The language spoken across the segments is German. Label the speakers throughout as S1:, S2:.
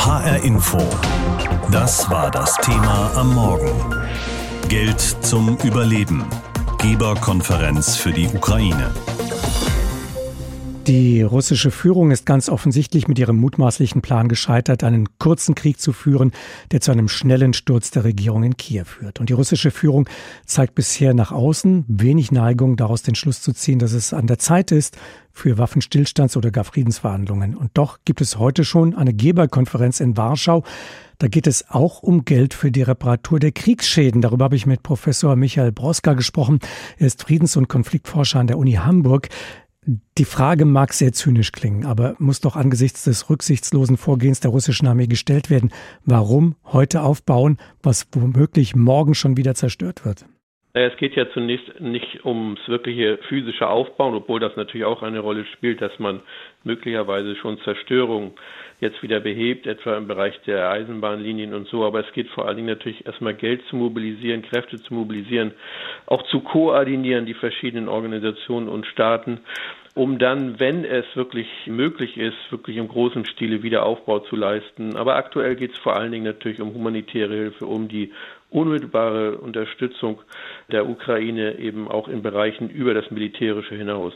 S1: HR Info. Das war das Thema am Morgen. Geld zum Überleben. Geberkonferenz für die Ukraine.
S2: Die russische Führung ist ganz offensichtlich mit ihrem mutmaßlichen Plan gescheitert, einen kurzen Krieg zu führen, der zu einem schnellen Sturz der Regierung in Kiew führt. Und die russische Führung zeigt bisher nach außen wenig Neigung, daraus den Schluss zu ziehen, dass es an der Zeit ist für Waffenstillstands- oder gar Friedensverhandlungen. Und doch gibt es heute schon eine Geberkonferenz in Warschau. Da geht es auch um Geld für die Reparatur der Kriegsschäden. Darüber habe ich mit Professor Michael Broska gesprochen. Er ist Friedens- und Konfliktforscher an der Uni Hamburg. Die Frage mag sehr zynisch klingen, aber muss doch angesichts des rücksichtslosen Vorgehens der russischen Armee gestellt werden. Warum heute aufbauen, was womöglich morgen schon wieder zerstört wird?
S3: Es geht ja zunächst nicht ums wirkliche physische Aufbauen, obwohl das natürlich auch eine Rolle spielt, dass man möglicherweise schon Zerstörung jetzt wieder behebt, etwa im Bereich der Eisenbahnlinien und so. Aber es geht vor allen Dingen natürlich erstmal Geld zu mobilisieren, Kräfte zu mobilisieren, auch zu koordinieren, die verschiedenen Organisationen und Staaten, um dann, wenn es wirklich möglich ist, wirklich im großen Stile Wiederaufbau zu leisten. Aber aktuell geht es vor allen Dingen natürlich um humanitäre Hilfe, um die unmittelbare Unterstützung der Ukraine eben auch in Bereichen über das Militärische hinaus.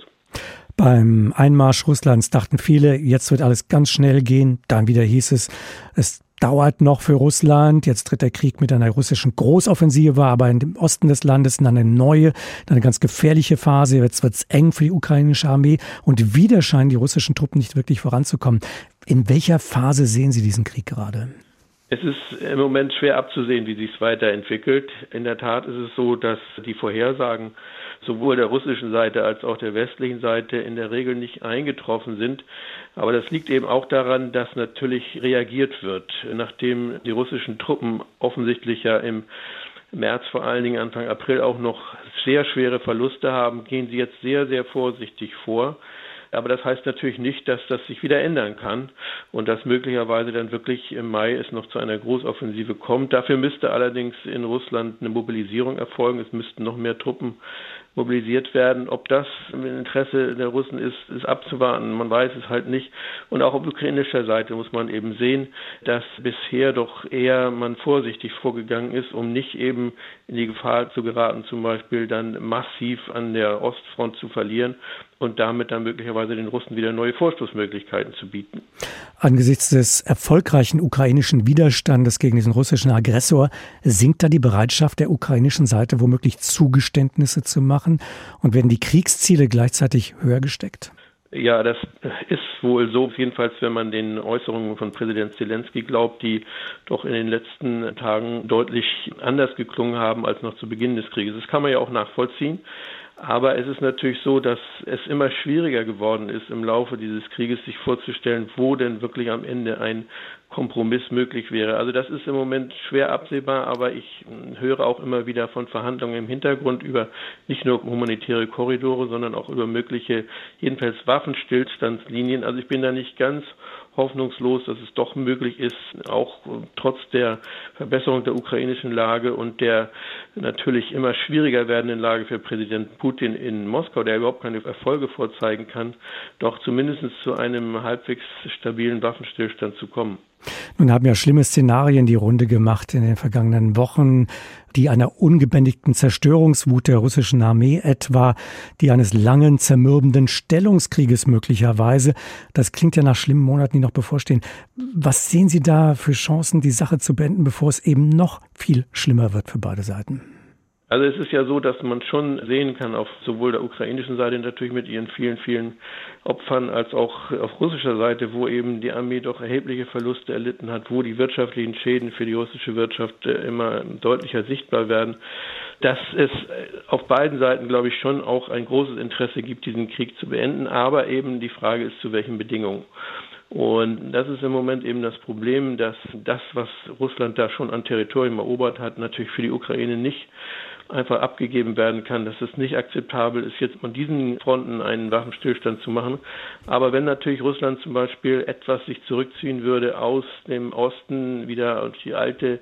S2: Beim Einmarsch Russlands dachten viele, jetzt wird alles ganz schnell gehen. Dann wieder hieß es dauert noch für Russland. Jetzt tritt der Krieg mit einer russischen Großoffensive, aber in dem Osten des Landes in eine neue, eine ganz gefährliche Phase. Jetzt wird es eng für die ukrainische Armee und wieder scheinen die russischen Truppen nicht wirklich voranzukommen. In welcher Phase sehen Sie diesen Krieg gerade?
S3: Es ist im Moment schwer abzusehen, wie sich es weiterentwickelt. In der Tat ist es so, dass die Vorhersagen sowohl der russischen Seite als auch der westlichen Seite in der Regel nicht eingetroffen sind. Aber das liegt eben auch daran, dass natürlich reagiert wird. Nachdem die russischen Truppen offensichtlich ja im März, vor allen Dingen Anfang April, auch noch sehr schwere Verluste haben, gehen sie jetzt sehr, sehr vorsichtig vor. Aber das heißt natürlich nicht, dass das sich wieder ändern kann und dass möglicherweise dann wirklich im Mai es noch zu einer Großoffensive kommt. Dafür müsste allerdings in Russland eine Mobilisierung erfolgen. Es müssten noch mehr Truppen mobilisiert werden. Ob das im Interesse der Russen ist abzuwarten. Man weiß es halt nicht. Und auch auf ukrainischer Seite muss man eben sehen, dass bisher doch eher man vorsichtig vorgegangen ist, um nicht eben in die Gefahr zu geraten, zum Beispiel dann massiv an der Ostfront zu verlieren und damit dann möglicherweise den Russen wieder neue Vorstoßmöglichkeiten zu bieten.
S2: Angesichts des erfolgreichen ukrainischen Widerstandes gegen diesen russischen Aggressor sinkt da die Bereitschaft der ukrainischen Seite, womöglich Zugeständnisse zu machen? Und werden die Kriegsziele gleichzeitig höher gesteckt?
S3: Ja, das ist wohl so, jedenfalls wenn man den Äußerungen von Präsident Zelensky glaubt, die doch in den letzten Tagen deutlich anders geklungen haben als noch zu Beginn des Krieges. Das kann man ja auch nachvollziehen. Aber es ist natürlich so, dass es immer schwieriger geworden ist, im Laufe dieses Krieges sich vorzustellen, wo denn wirklich am Ende ein Kompromiss möglich wäre. Also das ist im Moment schwer absehbar, aber ich höre auch immer wieder von Verhandlungen im Hintergrund über nicht nur humanitäre Korridore, sondern auch über mögliche, jedenfalls Waffenstillstandslinien. Also ich bin da nicht ganz hoffnungslos, dass es doch möglich ist, auch trotz der Verbesserung der ukrainischen Lage und der natürlich immer schwieriger werdenden Lage für Präsident Putin in Moskau, der überhaupt keine Erfolge vorzeigen kann, doch zumindest zu einem halbwegs stabilen Waffenstillstand zu kommen.
S2: Nun haben ja schlimme Szenarien die Runde gemacht in den vergangenen Wochen, die einer ungebändigten Zerstörungswut der russischen Armee etwa, die eines langen, zermürbenden Stellungskrieges möglicherweise. Das klingt ja nach schlimmen Monaten, die noch bevorstehen. Was sehen Sie da für Chancen, die Sache zu beenden, bevor es eben noch viel schlimmer wird für beide Seiten?
S3: Also es ist ja so, dass man schon sehen kann, auf sowohl der ukrainischen Seite natürlich mit ihren vielen, vielen Opfern, als auch auf russischer Seite, wo eben die Armee doch erhebliche Verluste erlitten hat, wo die wirtschaftlichen Schäden für die russische Wirtschaft immer deutlicher sichtbar werden, dass es auf beiden Seiten, glaube ich, schon auch ein großes Interesse gibt, diesen Krieg zu beenden. Aber eben die Frage ist, zu welchen Bedingungen. Und das ist im Moment eben das Problem, dass das, was Russland da schon an Territorium erobert hat, natürlich für die Ukraine nicht einfach abgegeben werden kann, dass es nicht akzeptabel ist, jetzt an diesen Fronten einen Waffenstillstand zu machen. Aber wenn natürlich Russland zum Beispiel etwas sich zurückziehen würde aus dem Osten wieder auf die alte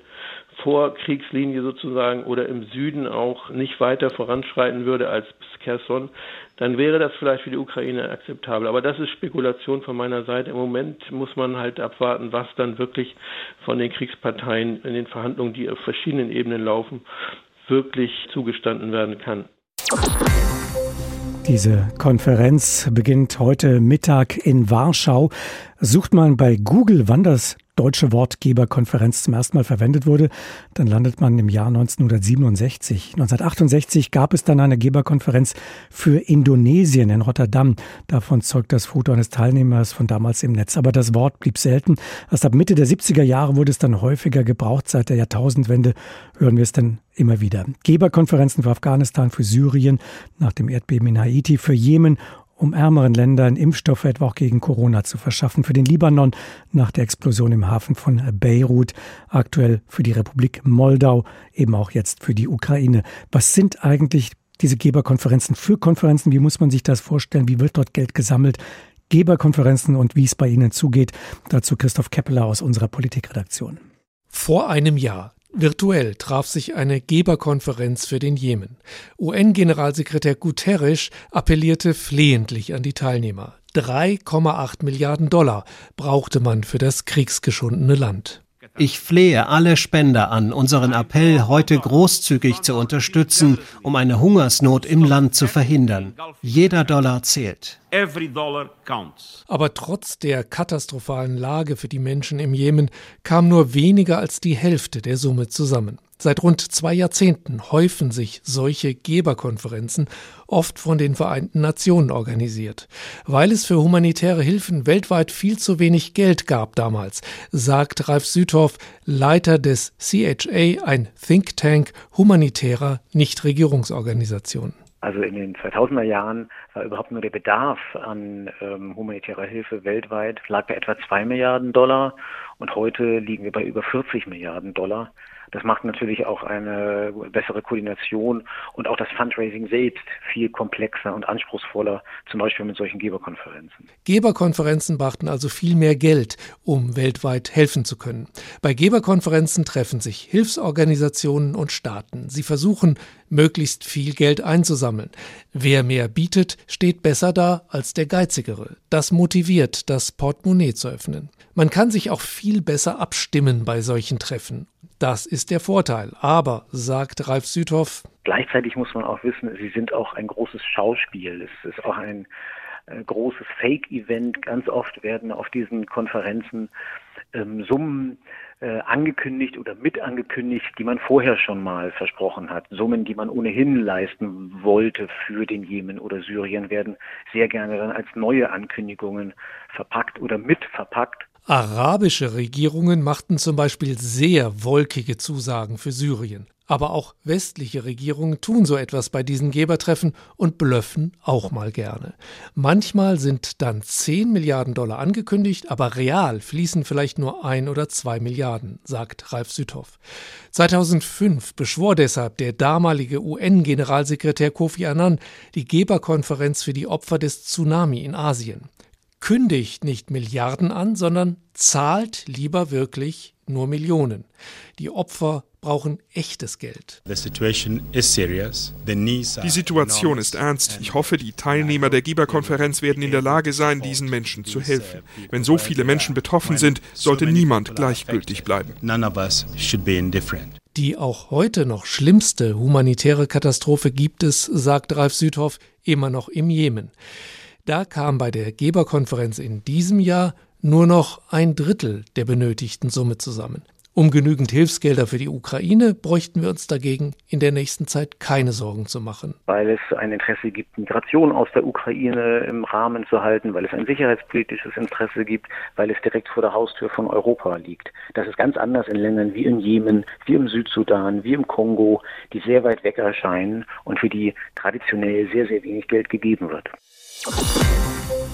S3: Vorkriegslinie sozusagen oder im Süden auch nicht weiter voranschreiten würde als bis Cherson, dann wäre das vielleicht für die Ukraine akzeptabel. Aber das ist Spekulation von meiner Seite. Im Moment muss man halt abwarten, was dann wirklich von den Kriegsparteien in den Verhandlungen, die auf verschiedenen Ebenen laufen, wirklich zugestanden werden kann.
S2: Diese Konferenz beginnt heute Mittag in Warschau. Sucht man bei Google, wann das deutsche Wort Geberkonferenz zum ersten Mal verwendet wurde, dann landet man im Jahr 1967. 1968 gab es dann eine Geberkonferenz für Indonesien in Rotterdam. Davon zeugt das Foto eines Teilnehmers von damals im Netz. Aber das Wort blieb selten. Erst ab Mitte der 70er Jahre wurde es dann häufiger gebraucht. Seit der Jahrtausendwende hören wir es dann immer wieder. Geberkonferenzen für Afghanistan, für Syrien, nach dem Erdbeben in Haiti, für Jemen, um ärmeren Ländern Impfstoffe etwa auch gegen Corona zu verschaffen. Für den Libanon nach der Explosion im Hafen von Beirut, aktuell für die Republik Moldau, eben auch jetzt für die Ukraine. Was sind eigentlich diese Geberkonferenzen für Konferenzen? Wie muss man sich das vorstellen? Wie wird dort Geld gesammelt? Geberkonferenzen und wie es bei ihnen zugeht. Dazu Christoph Keppeler aus unserer Politikredaktion.
S4: Vor einem Jahr virtuell traf sich eine Geberkonferenz für den Jemen. UN-Generalsekretär Guterres appellierte flehentlich an die Teilnehmer. 3,8 Milliarden $ brauchte man für das kriegsgeschundene Land.
S5: Ich flehe alle Spender an, unseren Appell heute großzügig zu unterstützen, um eine Hungersnot im Land zu verhindern. Jeder Dollar zählt.
S4: Aber trotz der katastrophalen Lage für die Menschen im Jemen kam nur weniger als die Hälfte der Summe zusammen. Seit rund 2 Jahrzehnten häufen sich solche Geberkonferenzen, oft von den Vereinten Nationen organisiert. Weil es für humanitäre Hilfen weltweit viel zu wenig Geld gab damals, sagt Ralf Süthoff, Leiter des CHA, ein Think Tank humanitärer Nichtregierungsorganisationen.
S6: Also in den 2000er Jahren war überhaupt nur der Bedarf an humanitärer Hilfe weltweit, lag bei etwa 2 Milliarden $, und heute liegen wir bei über 40 Milliarden $. Das macht natürlich auch eine bessere Koordination und auch das Fundraising selbst viel komplexer und anspruchsvoller, zum Beispiel mit solchen Geberkonferenzen.
S4: Geberkonferenzen brachten also viel mehr Geld, um weltweit helfen zu können. Bei Geberkonferenzen treffen sich Hilfsorganisationen und Staaten. Sie versuchen, möglichst viel Geld einzusammeln. Wer mehr bietet, steht besser da als der Geizigere. Das motiviert, das Portemonnaie zu öffnen. Man kann sich auch viel besser abstimmen bei solchen Treffen. Das ist der Vorteil. Aber, sagt Ralf Süthoff,
S6: gleichzeitig muss man auch wissen, sie sind auch ein großes Schauspiel. Es ist auch ein großes Fake-Event. Ganz oft werden auf diesen Konferenzen Summen angekündigt oder mit angekündigt, die man vorher schon mal versprochen hat. Summen, die man ohnehin leisten wollte für den Jemen oder Syrien, werden sehr gerne dann als neue Ankündigungen verpackt oder mit verpackt.
S4: Arabische Regierungen machten zum Beispiel sehr wolkige Zusagen für Syrien. Aber auch westliche Regierungen tun so etwas bei diesen Gebertreffen und blöffen auch mal gerne. Manchmal sind dann 10 Milliarden $ angekündigt, aber real fließen vielleicht nur 1 oder 2 Milliarden, sagt Ralf Süthoff. 2005 beschwor deshalb der damalige UN-Generalsekretär Kofi Annan die Geberkonferenz für die Opfer des Tsunami in Asien. Kündigt nicht Milliarden an, sondern zahlt lieber wirklich nur Millionen. Die Opfer brauchen echtes Geld.
S7: Die Situation ist ernst. Ich hoffe, die Teilnehmer der Geberkonferenz werden in der Lage sein, diesen Menschen zu helfen. Wenn so viele Menschen betroffen sind, sollte niemand gleichgültig bleiben.
S4: Die auch heute noch schlimmste humanitäre Katastrophe gibt es, sagt Ralf Süthoff, immer noch im Jemen. Da kam bei der Geberkonferenz in diesem Jahr nur noch 1/3 der benötigten Summe zusammen. Um genügend Hilfsgelder für die Ukraine bräuchten wir uns dagegen in der nächsten Zeit keine Sorgen zu machen.
S6: Weil es ein Interesse gibt, Migration aus der Ukraine im Rahmen zu halten, weil es ein sicherheitspolitisches Interesse gibt, weil es direkt vor der Haustür von Europa liegt. Das ist ganz anders in Ländern wie im Jemen, wie im Südsudan, wie im Kongo, die sehr weit weg erscheinen und für die traditionell sehr, sehr wenig Geld gegeben wird.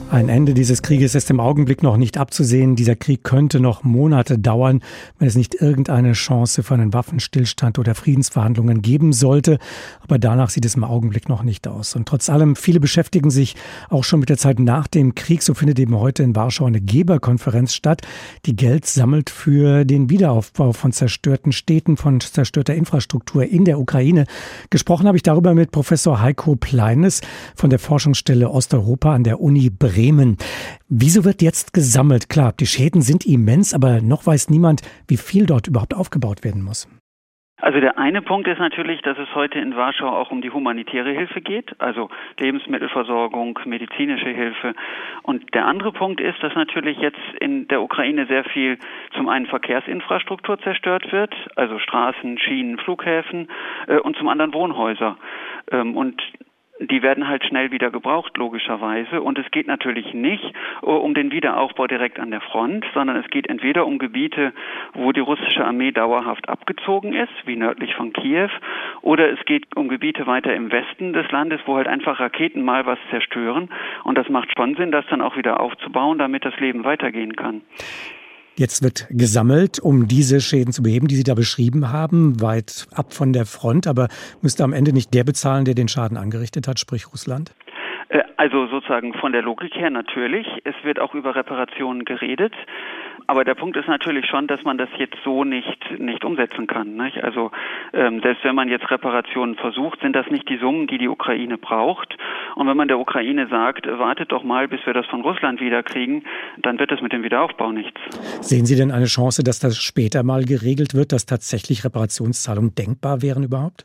S2: Ein Ende dieses Krieges ist im Augenblick noch nicht abzusehen. Dieser Krieg könnte noch Monate dauern, wenn es nicht irgendeine Chance für einen Waffenstillstand oder Friedensverhandlungen geben sollte. Aber danach sieht es im Augenblick noch nicht aus. Und trotz allem, viele beschäftigen sich auch schon mit der Zeit nach dem Krieg. So findet eben heute in Warschau eine Geberkonferenz statt, die Geld sammelt für den Wiederaufbau von zerstörten Städten, von zerstörter Infrastruktur in der Ukraine. Gesprochen habe ich darüber mit Professor Heiko Pleines von der Forschungsstelle Osteuropa an der Uni Bremen. Wieso wird jetzt gesammelt? Klar, die Schäden sind immens, aber noch weiß niemand, wie viel dort überhaupt aufgebaut werden muss.
S8: Also der eine Punkt ist natürlich, dass es heute in Warschau auch um die humanitäre Hilfe geht, also Lebensmittelversorgung, medizinische Hilfe. Und der andere Punkt ist, dass natürlich jetzt in der Ukraine sehr viel zum einen Verkehrsinfrastruktur zerstört wird, also Straßen, Schienen, Flughäfen und zum anderen Wohnhäuser. Und die werden halt schnell wieder gebraucht, logischerweise. Und es geht natürlich nicht um den Wiederaufbau direkt an der Front, sondern es geht entweder um Gebiete, wo die russische Armee dauerhaft abgezogen ist, wie nördlich von Kiew, oder es geht um Gebiete weiter im Westen des Landes, wo halt einfach Raketen mal was zerstören. Und das macht schon Sinn, das dann auch wieder aufzubauen, damit das Leben weitergehen kann.
S2: Jetzt wird gesammelt, um diese Schäden zu beheben, die Sie da beschrieben haben, weit ab von der Front. Aber müsste am Ende nicht der bezahlen, der den Schaden angerichtet hat, sprich Russland?
S8: Also sozusagen von der Logik her natürlich. Es wird auch über Reparationen geredet. Aber der Punkt ist natürlich schon, dass man das jetzt so nicht umsetzen kann. Nicht? Also selbst wenn man jetzt Reparationen versucht, sind das nicht die Summen, die Ukraine braucht. Und wenn man der Ukraine sagt, wartet doch mal, bis wir das von Russland wiederkriegen, dann wird das mit dem Wiederaufbau nichts.
S2: Sehen Sie denn eine Chance, dass das später mal geregelt wird, dass tatsächlich Reparationszahlungen denkbar wären überhaupt?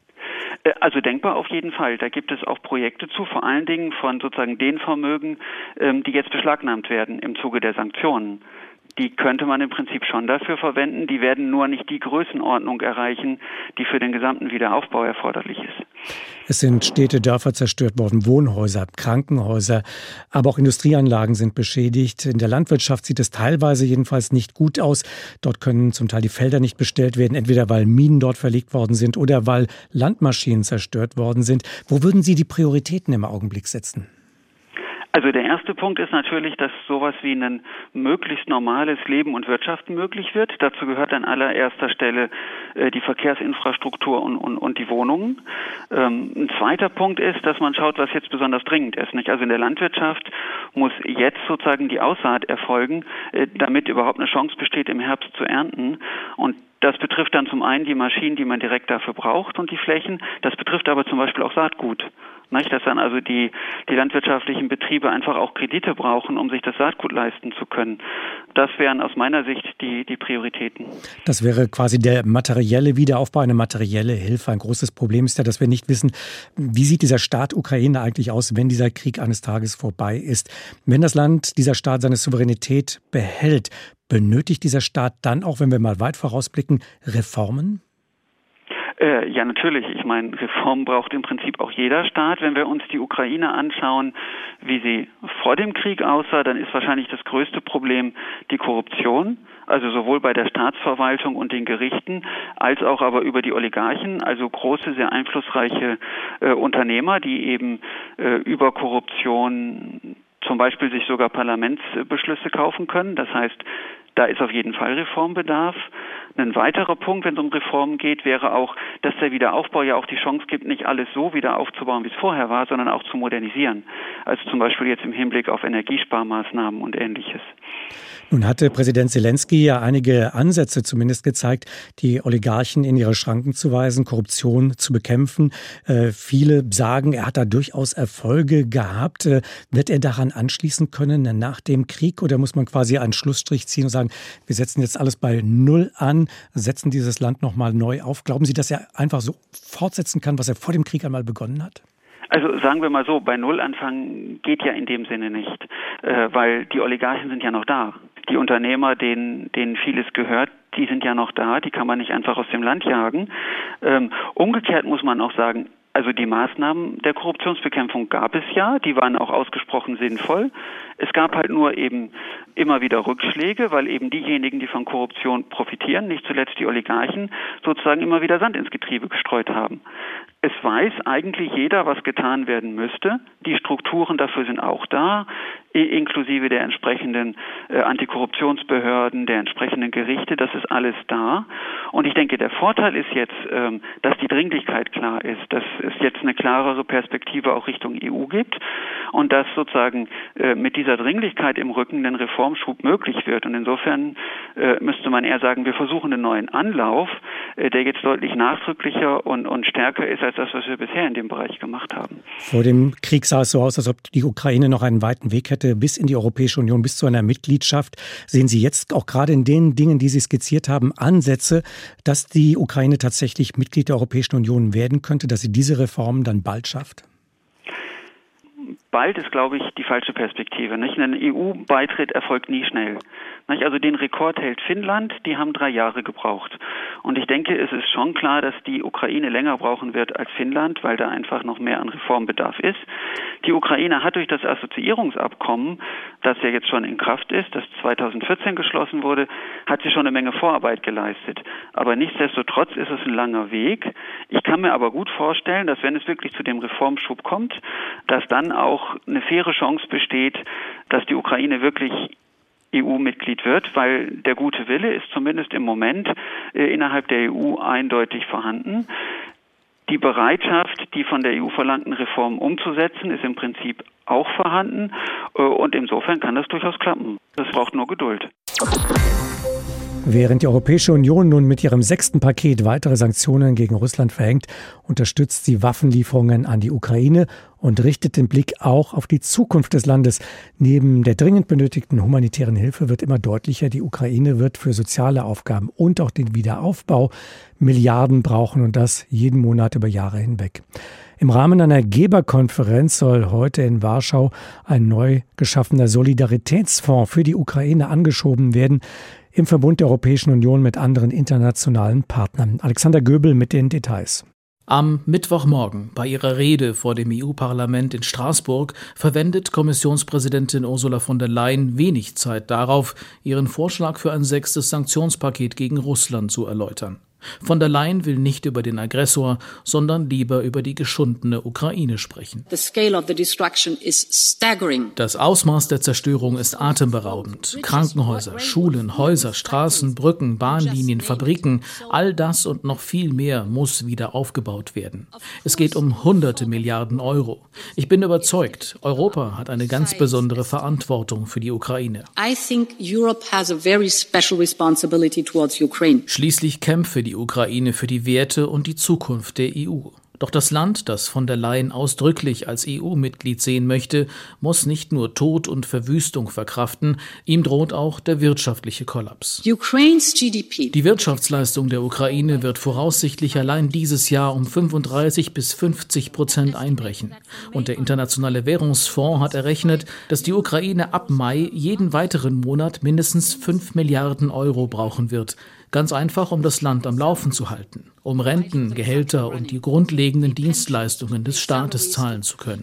S8: Also denkbar auf jeden Fall. Da gibt es auch Projekte zu, vor allen Dingen von sozusagen den Vermögen, die jetzt beschlagnahmt werden im Zuge der Sanktionen. Die könnte man im Prinzip schon dafür verwenden. Die werden nur nicht die Größenordnung erreichen, die für den gesamten Wiederaufbau erforderlich ist.
S2: Es sind Städte, Dörfer zerstört worden, Wohnhäuser, Krankenhäuser, aber auch Industrieanlagen sind beschädigt. In der Landwirtschaft sieht es teilweise jedenfalls nicht gut aus. Dort können zum Teil die Felder nicht bestellt werden, entweder weil Minen dort verlegt worden sind oder weil Landmaschinen zerstört worden sind. Wo würden Sie die Prioritäten im Augenblick setzen?
S8: Also der erste Punkt ist natürlich, dass sowas wie ein möglichst normales Leben und Wirtschaften möglich wird. Dazu gehört an allererster Stelle die Verkehrsinfrastruktur und die Wohnungen. Ein zweiter Punkt ist, dass man schaut, was jetzt besonders dringend ist. Nicht? Also in der Landwirtschaft muss jetzt sozusagen die Aussaat erfolgen, damit überhaupt eine Chance besteht, im Herbst zu ernten. Und das betrifft dann zum einen die Maschinen, die man direkt dafür braucht und die Flächen. Das betrifft aber zum Beispiel auch Saatgut. Dass dann also die landwirtschaftlichen Betriebe einfach auch Kredite brauchen, um sich das Saatgut leisten zu können. Das wären aus meiner Sicht die Prioritäten. Das wäre quasi der materielle Wiederaufbau, eine materielle Hilfe. Ein großes Problem ist ja, dass wir nicht wissen, wie sieht dieser Staat Ukraine eigentlich aus, wenn dieser Krieg eines Tages vorbei ist. Wenn das Land, dieser Staat seine Souveränität behält, benötigt dieser Staat dann auch, wenn wir mal weit vorausblicken, Reformen? Ja, natürlich. Ich meine, Reformen braucht im Prinzip auch jeder Staat. Wenn wir uns die Ukraine anschauen, wie sie vor dem Krieg aussah, dann ist wahrscheinlich das größte Problem die Korruption. Also sowohl bei der Staatsverwaltung und den Gerichten, als auch aber über die Oligarchen, also große, sehr einflussreiche Unternehmer, die eben über Korruption zum Beispiel sich sogar Parlamentsbeschlüsse kaufen können. Das heißt, da ist auf jeden Fall Reformbedarf. Ein weiterer Punkt, wenn es um Reformen geht, wäre auch, dass der Wiederaufbau ja auch die Chance gibt, nicht alles so wieder aufzubauen, wie es vorher war, sondern auch zu modernisieren. Also zum Beispiel jetzt im Hinblick auf Energiesparmaßnahmen und Ähnliches. Nun hatte Präsident Selenskyj ja einige Ansätze zumindest gezeigt, die Oligarchen in ihre Schranken zu weisen, Korruption zu bekämpfen. Viele sagen, er hat da durchaus Erfolge gehabt. Wird er daran anschließen können nach dem Krieg oder muss man quasi einen Schlussstrich ziehen und sagen, wir setzen jetzt alles bei Null an, setzen dieses Land nochmal neu auf? Glauben Sie, dass er einfach so fortsetzen kann, was er vor dem Krieg einmal begonnen hat? Also sagen wir mal so, bei Null anfangen geht ja in dem Sinne nicht, weil die Oligarchen sind ja noch da. Die Unternehmer, denen vieles gehört, die sind ja noch da, die kann man nicht einfach aus dem Land jagen. Umgekehrt muss man auch sagen, also die Maßnahmen der Korruptionsbekämpfung gab es ja, die waren auch ausgesprochen sinnvoll. Es gab halt nur eben immer wieder Rückschläge, weil eben diejenigen, die von Korruption profitieren, nicht zuletzt die Oligarchen, sozusagen immer wieder Sand ins Getriebe gestreut haben. Es weiß eigentlich jeder, was getan werden müsste. Die Strukturen dafür sind auch da, inklusive der entsprechenden Antikorruptionsbehörden, der entsprechenden Gerichte. Das ist alles da. Und ich denke, der Vorteil ist jetzt, dass die Dringlichkeit klar ist, dass es jetzt eine klarere Perspektive auch Richtung EU gibt und dass sozusagen mit dieser Dringlichkeit im Rücken ein Reformschub möglich wird. Und insofern müsste man eher sagen, wir versuchen einen neuen Anlauf, der jetzt deutlich nachdrücklicher und stärker ist als das, was wir bisher in dem Bereich gemacht haben.
S2: Vor dem Krieg sah es so aus, als ob die Ukraine noch einen weiten Weg hätte bis in die Europäische Union, bis zu einer Mitgliedschaft. Sehen Sie jetzt auch gerade in den Dingen, die Sie skizziert haben, Ansätze, dass die Ukraine tatsächlich Mitglied der Europäischen Union werden könnte, dass sie diese Reformen dann bald schafft?
S8: Bald ist, glaube ich, die falsche Perspektive. Ein EU-Beitritt erfolgt nie schnell. Also den Rekord hält Finnland, die haben 3 Jahre gebraucht. Und ich denke, es ist schon klar, dass die Ukraine länger brauchen wird als Finnland, weil da einfach noch mehr an Reformbedarf ist. Die Ukraine hat durch das Assoziierungsabkommen, das ja jetzt schon in Kraft ist, das 2014 geschlossen wurde, hat sie schon eine Menge Vorarbeit geleistet. Aber nichtsdestotrotz ist es ein langer Weg. Ich kann mir aber gut vorstellen, dass wenn es wirklich zu dem Reformschub kommt, dass dann auch eine faire Chance besteht, dass die Ukraine wirklich EU-Mitglied wird, weil der gute Wille ist zumindest im Moment innerhalb der EU eindeutig vorhanden. Die Bereitschaft, die von der EU verlangten Reformen umzusetzen, ist im Prinzip auch vorhanden und insofern kann das durchaus klappen. Das braucht nur Geduld.
S2: Während die Europäische Union nun mit ihrem 6. Paket weitere Sanktionen gegen Russland verhängt, unterstützt sie Waffenlieferungen an die Ukraine und richtet den Blick auch auf die Zukunft des Landes. Neben der dringend benötigten humanitären Hilfe wird immer deutlicher, die Ukraine wird für soziale Aufgaben und auch den Wiederaufbau Milliarden brauchen und das jeden Monat über Jahre hinweg. Im Rahmen einer Geberkonferenz soll heute in Warschau ein neu geschaffener Solidaritätsfonds für die Ukraine angeschoben werden, im Verbund der Europäischen Union mit anderen internationalen Partnern. Alexander Göbel mit den Details.
S9: Am Mittwochmorgen bei ihrer Rede vor dem EU-Parlament in Straßburg verwendet Kommissionspräsidentin Ursula von der Leyen wenig Zeit darauf, ihren Vorschlag für ein 6. Sanktionspaket gegen Russland zu erläutern. Von der Leyen will nicht über den Aggressor, sondern lieber über die geschundene Ukraine sprechen. Das Ausmaß der Zerstörung ist atemberaubend. Krankenhäuser, Schulen, Häuser, Straßen, Brücken, Bahnlinien, Fabriken, all das und noch viel mehr muss wieder aufgebaut werden. Es geht um hunderte Milliarden Euro. Ich bin überzeugt, Europa hat eine ganz besondere Verantwortung für die Ukraine. Schließlich kämpfe die Ukraine für die Werte und die Zukunft der EU. Doch das Land, das von der Leyen ausdrücklich als EU-Mitglied sehen möchte, muss nicht nur Tod und Verwüstung verkraften, ihm droht auch der wirtschaftliche Kollaps. Die Wirtschaftsleistung der Ukraine wird voraussichtlich allein dieses Jahr um 35-50% einbrechen. Und der Internationale Währungsfonds hat errechnet, dass die Ukraine ab Mai jeden weiteren Monat mindestens 5 Milliarden Euro brauchen wird. Ganz einfach, um das Land am Laufen zu halten, um Renten, Gehälter und die grundlegenden Dienstleistungen des Staates zahlen zu können.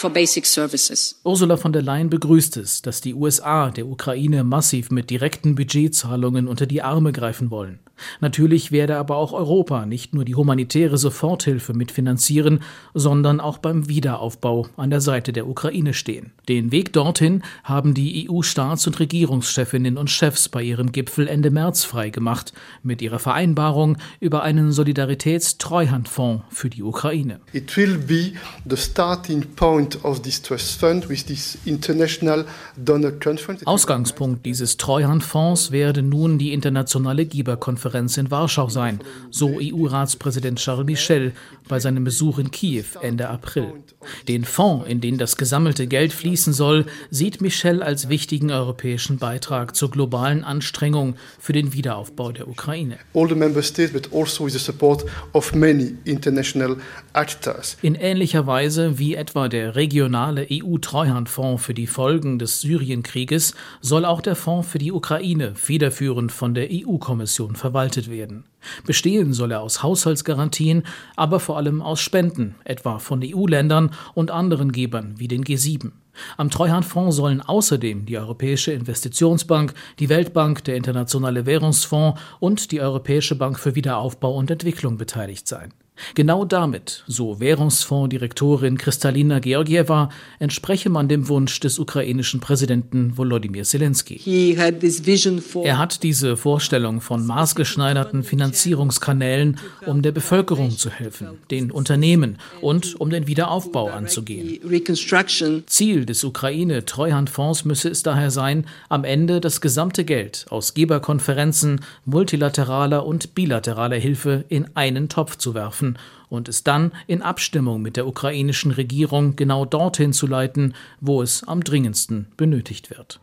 S9: Ursula von der Leyen begrüßt es, dass die USA der Ukraine massiv mit direkten Budgetzahlungen unter die Arme greifen wollen. Natürlich werde aber auch Europa nicht nur die humanitäre Soforthilfe mitfinanzieren, sondern auch beim Wiederaufbau an der Seite der Ukraine stehen. Den Weg dorthin haben die EU-Staats- und Regierungschefinnen und Chefs bei ihrem Gipfel Ende März freigemacht, mit ihrer Vereinbarung über einen Solidaritätstreuhandfonds für die Ukraine.
S10: It will be the starting point of this trust fund with this international donor conference.
S9: Ausgangspunkt dieses Treuhandfonds werde nun die internationale Geberkonferenz in Warschau sein, so EU-Ratspräsident Charles Michel bei seinem Besuch in Kiew Ende April. Den Fonds, in den das gesammelte Geld fließen soll, sieht Michel als wichtigen europäischen Beitrag zur globalen Anstrengung für den Wiederaufbau der Ukraine.
S10: All the member states, but also with the support of many international actors.
S9: In ähnlicher Weise wie etwa der regionale EU-Treuhandfonds für die Folgen des Syrienkrieges soll auch der Fonds für die Ukraine federführend von der EU-Kommission verwaltet werden. Bestehen soll er aus Haushaltsgarantien, aber vor allem aus Spenden, etwa von EU-Ländern und anderen Gebern wie den G7. Am Treuhandfonds sollen außerdem die Europäische Investitionsbank, die Weltbank, der Internationale Währungsfonds und die Europäische Bank für Wiederaufbau und Entwicklung beteiligt sein. Genau damit, so Währungsfondsdirektorin Kristalina Georgieva, entspreche man dem Wunsch des ukrainischen Präsidenten Volodymyr Zelensky. Er hat diese Vorstellung von maßgeschneiderten Finanzierungskanälen, um der Bevölkerung zu helfen, den Unternehmen und um den Wiederaufbau anzugehen. Ziel des Ukraine-Treuhandfonds müsse es daher sein, am Ende das gesamte Geld aus Geberkonferenzen, multilateraler und bilateraler Hilfe in einen Topf zu werfen und es dann in Abstimmung mit der ukrainischen Regierung genau dorthin zu leiten, wo es am dringendsten benötigt wird.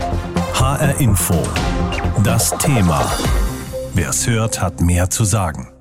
S1: HR Info. Das Thema. Wer es hört, hat mehr zu sagen.